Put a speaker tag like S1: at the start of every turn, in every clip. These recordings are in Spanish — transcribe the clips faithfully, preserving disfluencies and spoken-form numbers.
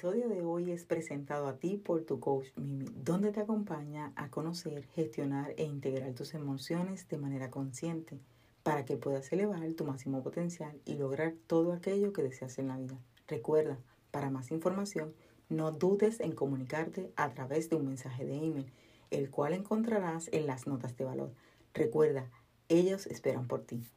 S1: episodio de hoy es presentado a ti por tu coach Mimi, donde te acompaña a conocer, gestionar e integrar tus emociones de manera consciente para que puedas elevar tu máximo potencial y lograr todo aquello que deseas en la vida. Recuerda, para más información, no dudes en comunicarte a través de un mensaje de email, el cual encontrarás en las notas de valor. Recuerda, ellos esperan por ti.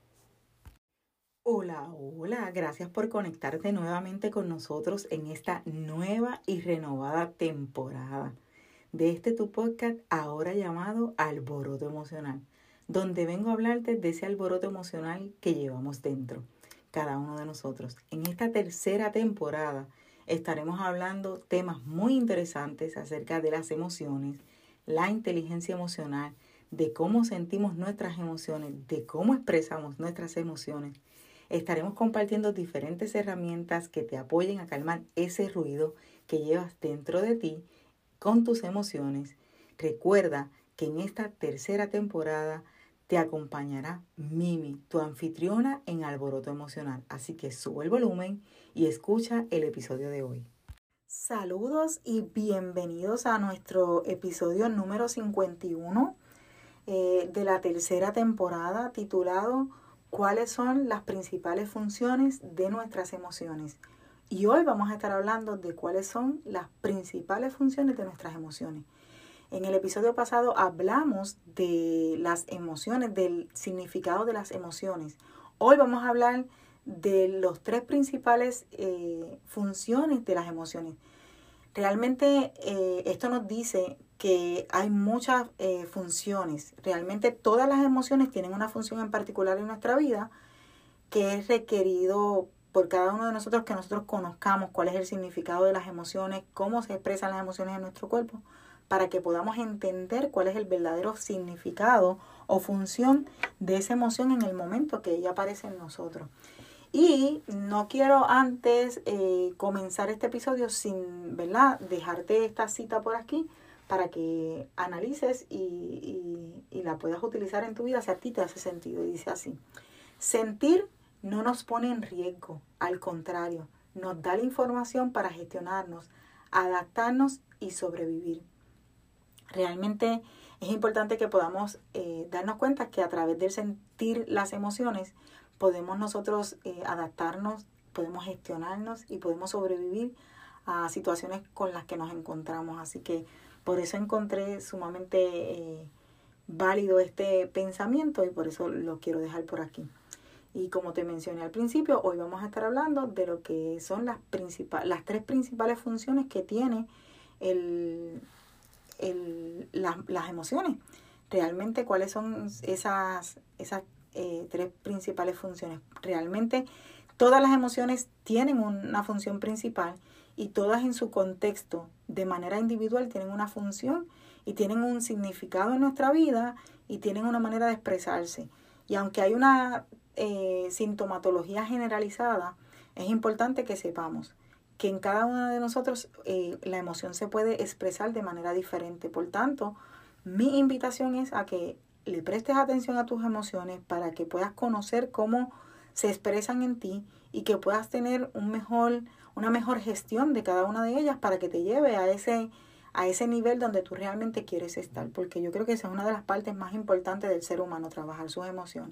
S1: Hola, hola, gracias por conectarte nuevamente con nosotros en esta nueva y renovada temporada de este tu podcast ahora llamado Alboroto Emocional, donde vengo a hablarte de ese alboroto emocional que llevamos dentro, cada uno de nosotros. En esta tercera temporada estaremos hablando temas muy interesantes acerca de las emociones, la inteligencia emocional, de cómo sentimos nuestras emociones, de cómo expresamos nuestras emociones. Estaremos compartiendo diferentes herramientas que te apoyen a calmar ese ruido que llevas dentro de ti con tus emociones. Recuerda que en esta tercera temporada te acompañará Mimi, tu anfitriona en Alboroto Emocional. Así que sube el volumen y escucha el episodio de hoy. Saludos y bienvenidos a nuestro episodio número cincuenta y uno eh, de la tercera temporada, titulado ¿Cuáles son las principales funciones de nuestras emociones? Y hoy vamos a estar hablando de cuáles son las principales funciones de nuestras emociones. En el episodio pasado hablamos de las emociones, del significado de las emociones. Hoy vamos a hablar de las tres principales eh, funciones de las emociones. Realmente eh, esto nos dice que hay muchas eh, funciones. Realmente todas las emociones tienen una función en particular en nuestra vida que es requerido por cada uno de nosotros que nosotros conozcamos cuál es el significado de las emociones, cómo se expresan las emociones en nuestro cuerpo, para que podamos entender cuál es el verdadero significado o función de esa emoción en el momento que ella aparece en nosotros. Y no quiero antes eh, comenzar este episodio sin, ¿verdad?, dejarte esta cita por aquí para que analices y, y, y la puedas utilizar en tu vida si a ti te hace sentido. Y dice así: sentir no nos pone en riesgo, al contrario, nos da la información para gestionarnos, adaptarnos y sobrevivir. Realmente es importante que podamos eh, darnos cuenta que a través del sentir las emociones podemos nosotros eh, adaptarnos, podemos gestionarnos y podemos sobrevivir a situaciones con las que nos encontramos. Así que por eso encontré sumamente eh, válido este pensamiento y por eso lo quiero dejar por aquí. Y como te mencioné al principio, hoy vamos a estar hablando de lo que son las, principal, las tres principales funciones que tiene el, el, las, las emociones. Realmente, ¿cuáles son esas, esas eh, tres principales funciones? Realmente, todas las emociones tienen una función principal y todas en su contexto, de manera individual, tienen una función y tienen un significado en nuestra vida y tienen una manera de expresarse. Y aunque hay una eh, sintomatología generalizada, es importante que sepamos que en cada uno de nosotros eh, la emoción se puede expresar de manera diferente. Por tanto, mi invitación es a que le prestes atención a tus emociones para que puedas conocer cómo se expresan en ti y que puedas tener un mejor, una mejor gestión de cada una de ellas para que te lleve a ese, a ese nivel donde tú realmente quieres estar. Porque yo creo que esa es una de las partes más importantes del ser humano, trabajar sus emociones.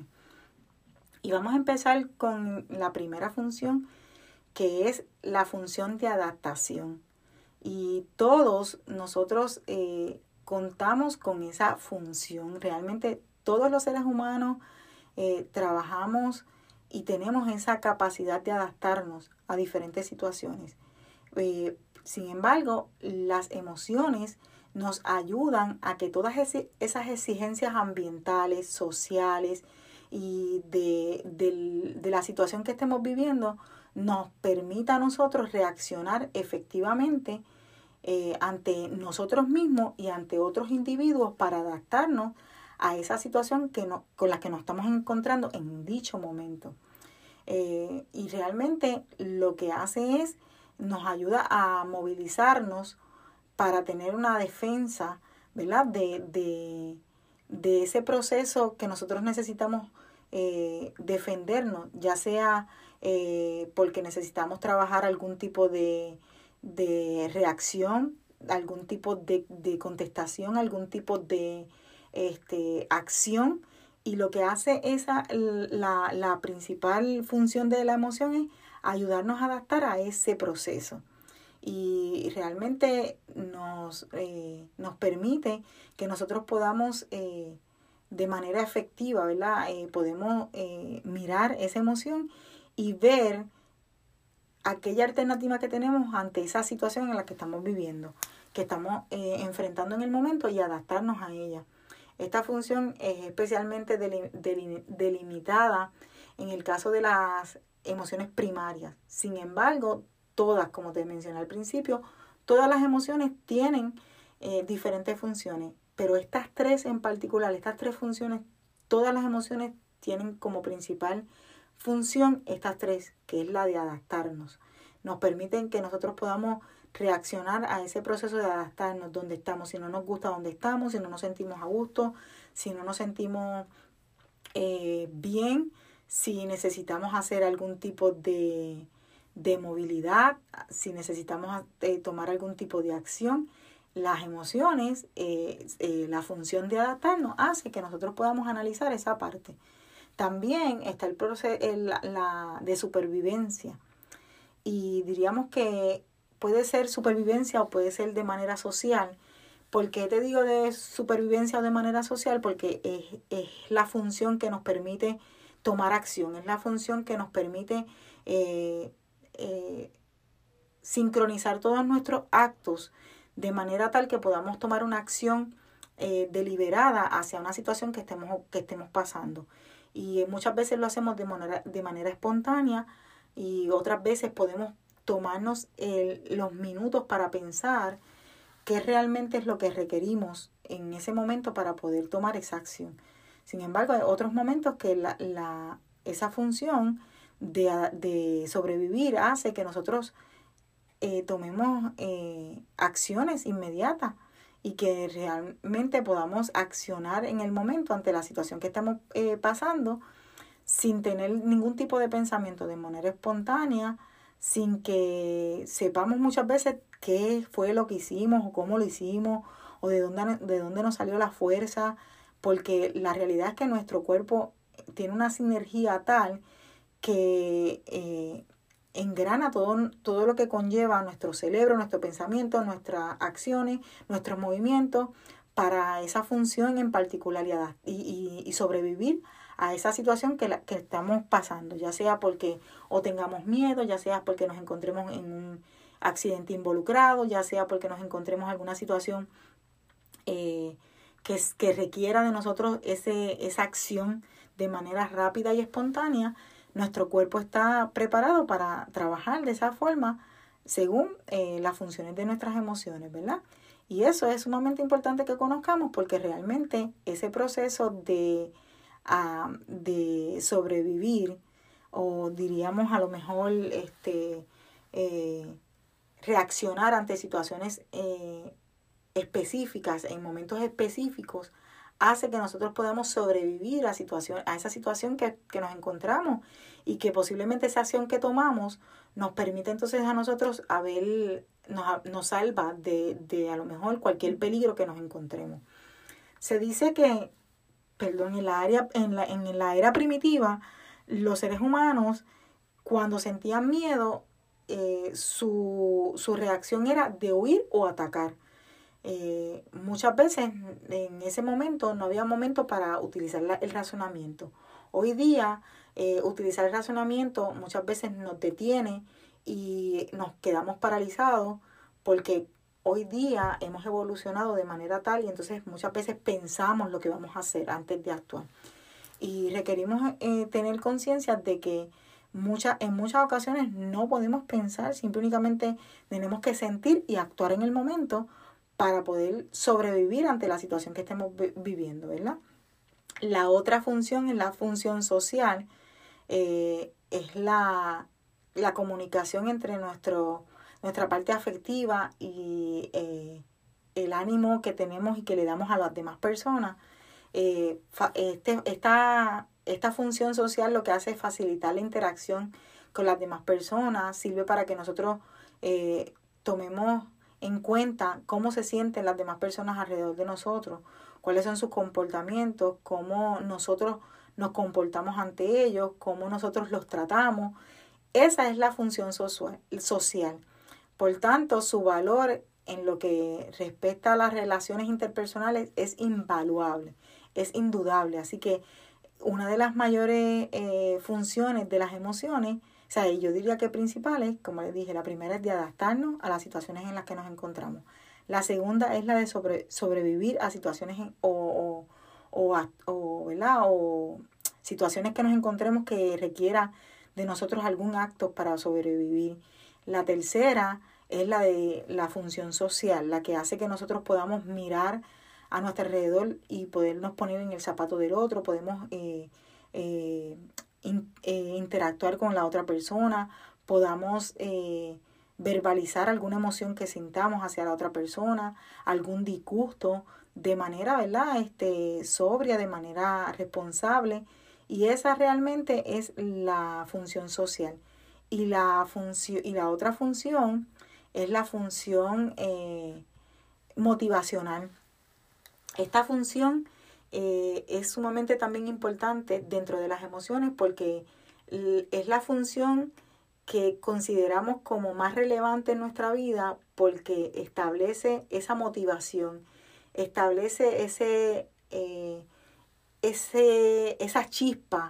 S1: Y vamos a empezar con la primera función, que es la función de adaptación. Y todos nosotros eh, contamos con esa función. Realmente todos los seres humanos eh, trabajamos y tenemos esa capacidad de adaptarnos a diferentes situaciones. Eh, sin embargo, las emociones nos ayudan a que todas ese, esas exigencias ambientales, sociales y de, de, de la situación que estemos viviendo nos permita a nosotros reaccionar efectivamente eh, ante nosotros mismos y ante otros individuos para adaptarnos a esa situación que no, con la que nos estamos encontrando en dicho momento. Eh, y realmente lo que hace es, nos ayuda a movilizarnos para tener una defensa, ¿verdad?, de, de, de ese proceso que nosotros necesitamos eh, defendernos, ya sea eh, porque necesitamos trabajar algún tipo de,
S2: de reacción, algún tipo de, de contestación, algún tipo de este, acción, y lo que hace esa, la, la principal función de la emoción es ayudarnos a adaptar a ese proceso. Y realmente nos, eh, nos permite que nosotros podamos eh, de manera efectiva, ¿verdad? Eh, podemos eh, mirar esa emoción y ver aquella alternativa que tenemos ante esa situación en la que estamos viviendo, que estamos eh, enfrentando en el momento, y adaptarnos a ella. Esta función es especialmente delimitada en el caso de las emociones primarias. Sin embargo, todas, como te mencioné al principio, todas las emociones tienen eh, diferentes funciones, pero estas tres en particular, estas tres funciones, todas las emociones tienen como principal función estas tres, que es la de adaptarnos. Nos permiten que nosotros podamos reaccionar a ese proceso de adaptarnos donde estamos, si no nos gusta donde estamos, si no nos sentimos a gusto, si no nos sentimos eh, bien, si necesitamos hacer algún tipo de, de movilidad, si necesitamos eh, tomar algún tipo de acción. Las emociones, eh, eh, la función de adaptarnos hace que nosotros podamos analizar esa parte. También está el proceso el, la, de supervivencia, y diríamos que puede ser supervivencia o puede ser de manera social. ¿Por qué te digo de supervivencia o de manera social? Porque es, es la función que nos permite tomar acción, es la función que nos permite eh, eh, sincronizar todos nuestros actos de manera tal que podamos tomar una acción eh, deliberada hacia una situación que estemos, que estemos pasando. Y muchas veces lo hacemos de manera, de manera espontánea, y otras veces podemos tomarnos el, los minutos para pensar qué realmente es lo que requerimos en ese momento para poder tomar esa acción. Sin embargo, hay otros momentos que la, la, esa función de, de sobrevivir hace que nosotros eh, tomemos eh, acciones inmediatas y que realmente podamos accionar en el momento ante la situación que estamos eh, pasando, sin tener ningún tipo de pensamiento, de manera espontánea, sin que sepamos muchas veces qué fue lo que hicimos o cómo lo hicimos o de dónde, de dónde nos salió la fuerza, porque la realidad es que nuestro cuerpo tiene una sinergia tal que eh, engrana todo, todo lo que conlleva nuestro cerebro, nuestro pensamiento, nuestras acciones, nuestros movimientos, para esa función en particular y, y, y sobrevivir a esa situación que, la, que estamos pasando, ya sea porque o tengamos miedo, ya sea porque nos encontremos en un accidente involucrado, ya sea porque nos encontremos en alguna situación eh, que, que requiera de nosotros ese, esa acción de manera rápida y espontánea. Nuestro cuerpo está preparado para trabajar de esa forma según eh, las funciones de nuestras emociones, ¿verdad? Y eso es sumamente importante que conozcamos, porque realmente ese proceso de A, de sobrevivir, o diríamos a lo mejor este eh, reaccionar ante situaciones eh, específicas, en momentos específicos, hace que nosotros podamos sobrevivir a, situación, a esa situación que, que nos encontramos, y que posiblemente esa acción que tomamos nos permite entonces a nosotros a ver, nos, nos salva de, de a lo mejor cualquier peligro que nos encontremos. Se dice que Perdón, en la, área, en, la, en la era primitiva, los seres humanos, cuando sentían miedo, eh, su, su reacción era de huir o atacar. Eh, muchas veces en ese momento no había momento para utilizar la, el razonamiento. Hoy día, eh, utilizar el razonamiento muchas veces nos detiene y nos quedamos paralizados, porque hoy día hemos evolucionado de manera tal, y entonces muchas veces pensamos lo que vamos a hacer antes de actuar. Y requerimos eh, tener conciencia de que mucha, en muchas ocasiones no podemos pensar, simple únicamente tenemos que sentir y actuar en el momento para poder sobrevivir ante la situación que estemos viviendo, ¿verdad? La otra función es la función social, eh, es la, la comunicación entre nuestro nuestra parte afectiva y eh, el ánimo que tenemos y que le damos a las demás personas. Eh, este, esta, esta función social lo que hace es facilitar la interacción con las demás personas, sirve para que nosotros eh, tomemos en cuenta cómo se sienten las demás personas alrededor de nosotros, cuáles son sus comportamientos, cómo nosotros nos comportamos ante ellos, cómo nosotros los tratamos. Esa es la función social. Por tanto, su valor en lo que respecta a las relaciones interpersonales es invaluable, es indudable. Así que una de las mayores eh, funciones de las emociones, o sea, yo diría que principales, como les dije, la primera es de adaptarnos a las situaciones en las que nos encontramos. La segunda es la de sobre, sobrevivir a situaciones en, o, o, o, o, ¿verdad? o situaciones que nos encontremos que requiera de nosotros algún acto para sobrevivir. La tercera es la de la función social, la que hace que nosotros podamos mirar a nuestro alrededor y podernos poner en el zapato del otro, podemos eh, eh, in, eh, interactuar con la otra persona, podamos eh, verbalizar alguna emoción que sintamos hacia la otra persona, algún disgusto, de manera, ¿verdad? Este, sobria, de manera responsable, y esa realmente es la función social. Y la, función, y la otra función es la función eh, motivacional. Esta función eh, es sumamente también importante dentro de las emociones porque es la función que consideramos como más relevante en nuestra vida porque establece esa motivación, establece ese, eh, ese, esa chispa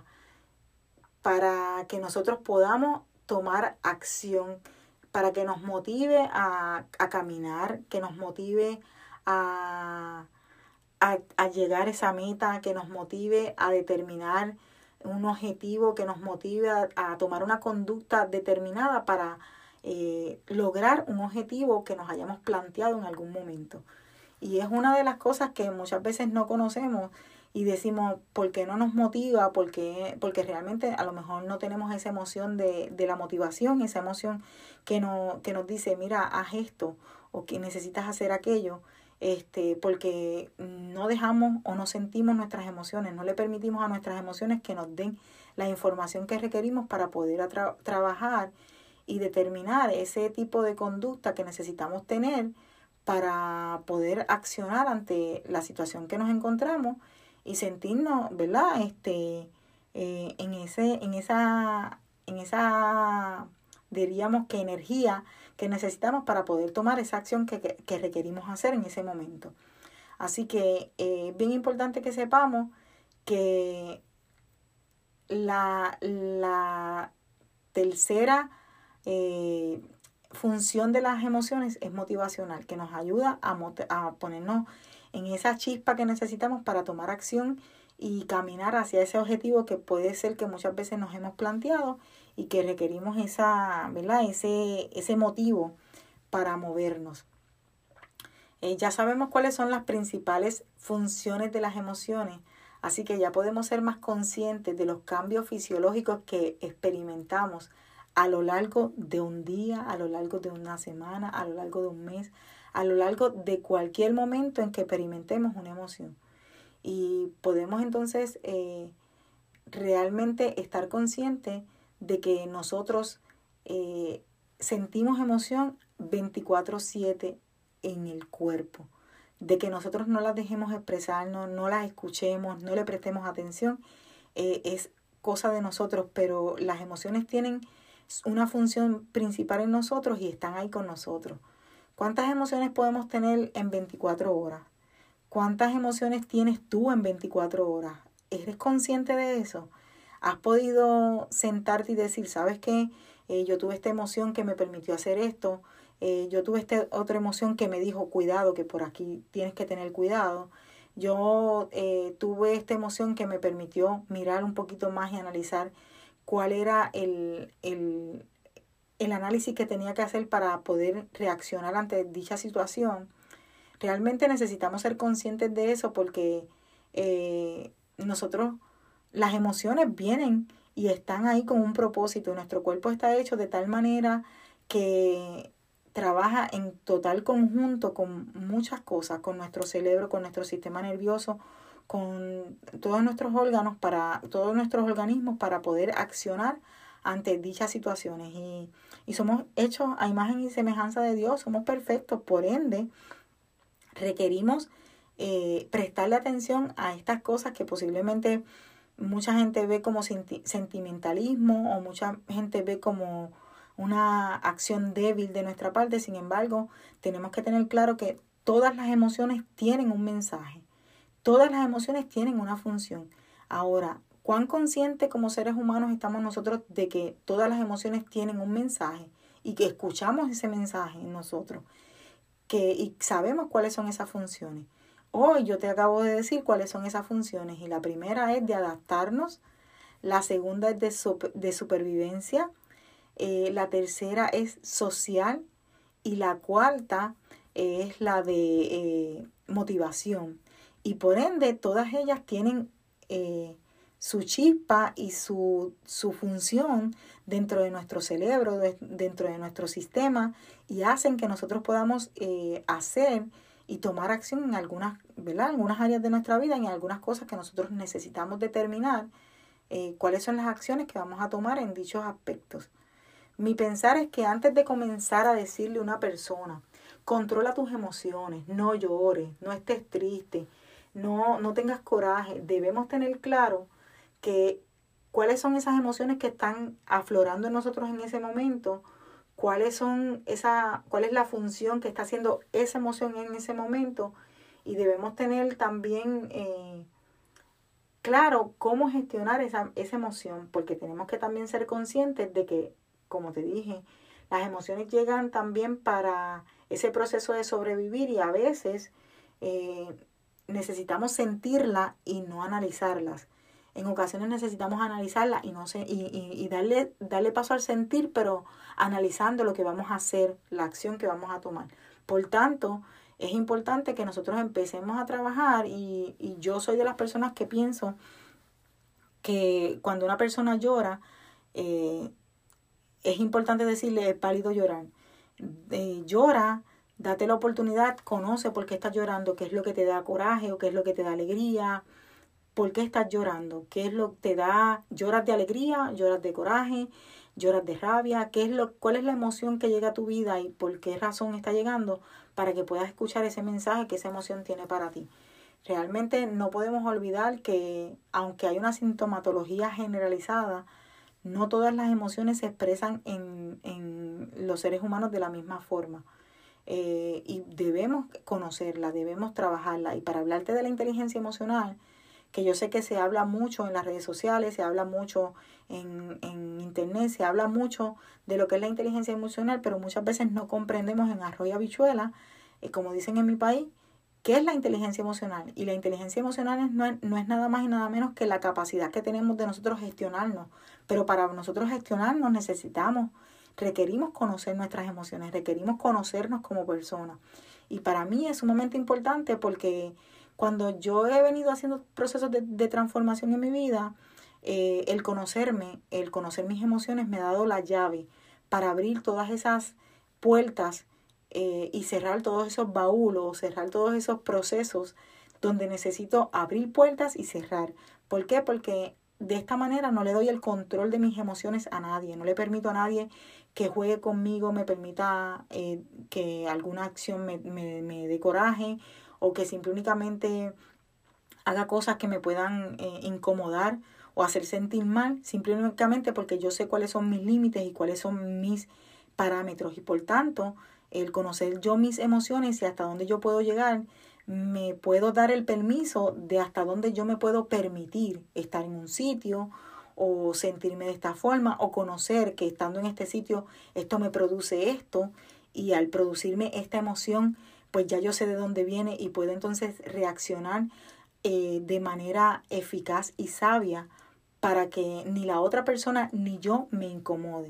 S2: para que nosotros podamos tomar acción, para que nos motive a, a caminar, que nos motive a, a, a llegar a esa meta, que nos motive a determinar un objetivo, que nos motive a, a tomar una conducta determinada para eh, lograr un objetivo que nos hayamos planteado en algún momento. Y es una de las cosas que muchas veces no conocemos y decimos, ¿por qué no nos motiva? Porque, porque realmente a lo mejor no tenemos esa emoción de, de la motivación, esa emoción que, no, que nos dice, mira, haz esto o que necesitas hacer aquello, este, porque no dejamos o no sentimos nuestras emociones, no le permitimos a nuestras emociones que nos den la información que requerimos para poder tra- trabajar y determinar ese tipo de conducta que necesitamos tener para poder accionar ante la situación que nos encontramos y sentirnos, ¿verdad? Este, eh, en ese, en esa, en esa, diríamos que energía que necesitamos para poder tomar esa acción que, que, que requerimos hacer en ese momento. Así que es eh, bien importante que sepamos que la, la tercera eh, función de las emociones es motivacional, que nos ayuda a, mot- a ponernos en esa chispa que necesitamos para tomar acción y caminar hacia ese objetivo que puede ser que muchas veces nos hemos planteado y que requerimos esa, ¿verdad? Ese, ese motivo para movernos. Eh, ya sabemos cuáles son las principales funciones de las emociones, así que ya podemos ser más conscientes de los cambios fisiológicos que experimentamos a lo largo de un día, a lo largo de una semana, a lo largo de un mes, a lo largo de cualquier momento en que experimentemos una emoción. Y podemos entonces eh, realmente estar conscientes de que nosotros eh, sentimos emoción veinticuatro siete en el cuerpo, de que nosotros no las dejemos expresarnos, no las escuchemos, no le prestemos atención, eh, es cosa de nosotros, pero las emociones tienen una función principal en nosotros y están ahí con nosotros. ¿Cuántas emociones podemos tener en veinticuatro horas? ¿Cuántas emociones tienes tú en veinticuatro horas? ¿Eres consciente de eso? ¿Has podido sentarte y decir, sabes qué? Eh, yo tuve esta emoción que me permitió hacer esto, eh, yo tuve esta otra emoción que me dijo, cuidado, que por aquí tienes que tener cuidado. Yo eh, tuve esta emoción que me permitió mirar un poquito más y analizar cuál era el, el, el análisis que tenía que hacer para poder reaccionar ante dicha situación. Realmente necesitamos ser conscientes de eso porque eh, nosotros, las emociones vienen y están ahí con un propósito. Nuestro cuerpo está hecho de tal manera que trabaja en total conjunto con muchas cosas, con nuestro cerebro, con nuestro sistema nervioso, con todos nuestros órganos, para todos nuestros organismos para poder accionar ante dichas situaciones. Y, y somos hechos a imagen y semejanza de Dios, somos perfectos, por ende, requerimos eh, prestarle atención a estas cosas que posiblemente mucha gente ve como senti- sentimentalismo o mucha gente ve como una acción débil de nuestra parte. Sin embargo, tenemos que tener claro que todas las emociones tienen un mensaje, todas las emociones tienen una función. Ahora, ¿cuán conscientes como seres humanos estamos nosotros de que todas las emociones tienen un mensaje y que escuchamos ese mensaje en nosotros? Que, y sabemos cuáles son esas funciones. Hoy yo te acabo de decir cuáles son esas funciones, y la primera es de adaptarnos, la segunda es de, super, de supervivencia, eh, la tercera es social y la cuarta es la de eh, motivación. Y por ende todas ellas tienen eh, su chispa y su, su función dentro de nuestro cerebro, de, dentro de nuestro sistema, y hacen que nosotros podamos eh, hacer y tomar acción en algunas, ¿verdad? En algunas áreas de nuestra vida, en algunas cosas que nosotros necesitamos determinar eh, cuáles son las acciones que vamos a tomar en dichos aspectos. Mi pensar es que antes de comenzar a decirle a una persona, controla tus emociones, no llores, no estés triste, no, no tengas coraje, debemos tener claro que cuáles son esas emociones que están aflorando en nosotros en ese momento, cuáles son esa, cuál es la función que está haciendo esa emoción en ese momento, y debemos tener también eh, claro cómo gestionar esa, esa emoción, porque tenemos que también ser conscientes de que, como te dije, las emociones llegan también para ese proceso de sobrevivir, y a veces eh, necesitamos sentirla y no analizarlas. En ocasiones necesitamos analizarla y no sé, y, y, y darle, darle paso al sentir, pero analizando lo que vamos a hacer, la acción que vamos a tomar. Por tanto, es importante que nosotros empecemos a trabajar, y, y yo soy de las personas que pienso que cuando una persona llora, eh, es importante decirle, es válido llorar. Eh, llora, date la oportunidad, conoce por qué estás llorando, qué es lo que te da coraje o qué es lo que te da alegría. ¿Por qué estás llorando? ¿Qué es lo que te da? ¿Lloras de alegría? ¿Lloras de coraje? ¿Lloras de rabia? ¿Qué es lo, cuál es la emoción que llega a tu vida y por qué razón está llegando, para que puedas escuchar ese mensaje que esa emoción tiene para ti? Realmente no podemos olvidar que, aunque hay una sintomatología generalizada, no todas las emociones se expresan en, en los seres humanos de la misma forma. Eh, y debemos conocerla, debemos trabajarla. Y para hablarte de la inteligencia emocional, que yo sé que se habla mucho en las redes sociales, se habla mucho en, en internet, se habla mucho de lo que es la inteligencia emocional, pero muchas veces no comprendemos en arroz y habichuela, eh, como dicen en mi país, qué es la inteligencia emocional. Y la inteligencia emocional es, no, es, no es nada más y nada menos que la capacidad que tenemos de nosotros gestionarnos. Pero para nosotros gestionarnos necesitamos, requerimos conocer nuestras emociones, requerimos conocernos como personas. Y para mí es sumamente importante, porque cuando yo he venido haciendo procesos de, de transformación en mi vida, eh, el conocerme, el conocer mis emociones me ha dado la llave para abrir todas esas puertas eh, y cerrar todos esos baúles, cerrar todos esos procesos donde necesito abrir puertas y cerrar. ¿Por qué? Porque de esta manera no le doy el control de mis emociones a nadie, no le permito a nadie que juegue conmigo, me permita eh, que alguna acción me, me, me dé coraje, o que simple únicamente haga cosas que me puedan eh, incomodar o hacer sentir mal, simplemente porque yo sé cuáles son mis límites y cuáles son mis parámetros. Y por tanto, el conocer yo mis emociones y hasta dónde yo puedo llegar, me puedo dar el permiso de hasta dónde yo me puedo permitir estar en un sitio o sentirme de esta forma, o conocer que estando en este sitio esto me produce esto, y al producirme esta emoción, pues ya yo sé de dónde viene y puedo entonces reaccionar eh, de manera eficaz y sabia, para que ni la otra persona ni yo me incomode,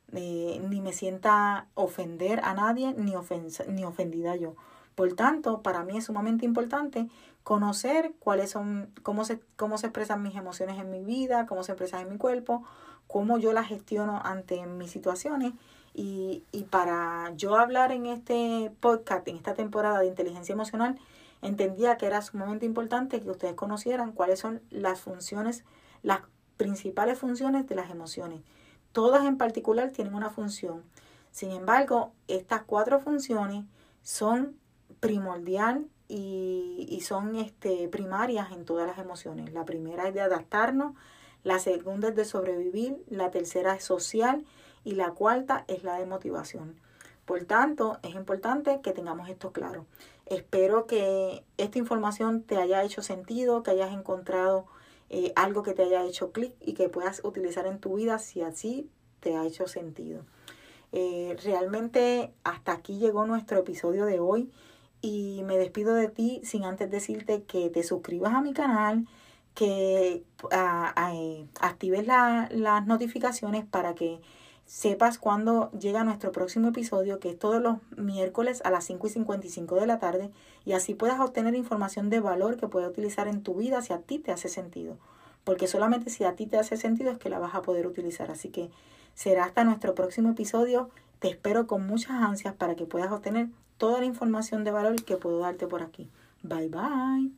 S2: eh, ni me sienta ofender a nadie, ni, ofens- ni ofendida yo. Por tanto, para mí es sumamente importante conocer cuáles son, cómo se, cómo se expresan mis emociones en mi vida, cómo se expresan en mi cuerpo, cómo yo las gestiono ante mis situaciones. Y, y para yo hablar en este podcast, en esta temporada de inteligencia emocional, entendía que era sumamente importante que ustedes conocieran cuáles son las funciones, las principales funciones de las emociones. todas en particular tienen una función. Sin embargo, estas cuatro funciones son primordial y, y son este, primarias en todas las emociones. La primera es de adaptarnos, la segunda es de sobrevivir, la tercera es social y la cuarta es la de motivación. Por tanto, es importante que tengamos esto claro. Espero que esta información te haya hecho sentido, que hayas encontrado eh, algo que te haya hecho clic y que puedas utilizar en tu vida si así te ha hecho sentido. Eh, realmente hasta aquí llegó nuestro episodio de hoy y me despido de ti sin antes decirte que te suscribas a mi canal, que a, a, actives la, las notificaciones para que sepas cuando llega nuestro próximo episodio, que es todos los miércoles a las cinco y cincuenta y cinco de la tarde, y así puedas obtener información de valor que puedas utilizar en tu vida si a ti te hace sentido. Porque solamente si a ti te hace sentido es que la vas a poder utilizar. Así que será hasta nuestro próximo episodio. Te espero con muchas ansias para que puedas obtener toda la información de valor que puedo darte por aquí. Bye bye.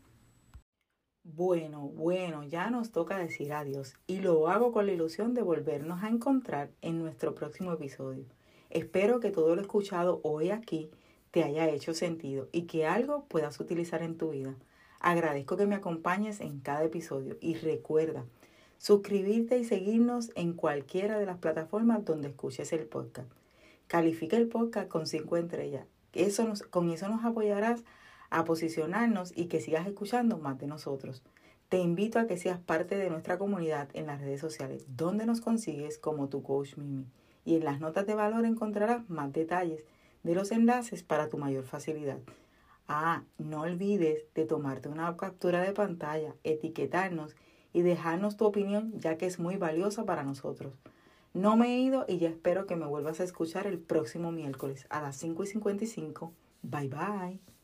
S1: Bueno, bueno, ya nos toca decir adiós y lo hago con la ilusión de volvernos a encontrar en nuestro próximo episodio. Espero que todo lo escuchado hoy aquí te haya hecho sentido y que algo puedas utilizar en tu vida. Agradezco que me acompañes en cada episodio y recuerda suscribirte y seguirnos en cualquiera de las plataformas donde escuches el podcast. Califica el podcast con cinco estrellas. Eso nos, con eso nos apoyarás a posicionarnos y que sigas escuchando más de nosotros. Te invito a que seas parte de nuestra comunidad en las redes sociales, donde nos consigues como tu coach Mimi. Y en las notas de valor encontrarás más detalles de los enlaces para tu mayor facilidad. Ah, no olvides de tomarte una captura de pantalla, etiquetarnos y dejarnos tu opinión, ya que es muy valiosa para nosotros. No me he ido y ya espero que me vuelvas a escuchar el próximo miércoles a las cinco y cincuenta y cinco. Bye bye.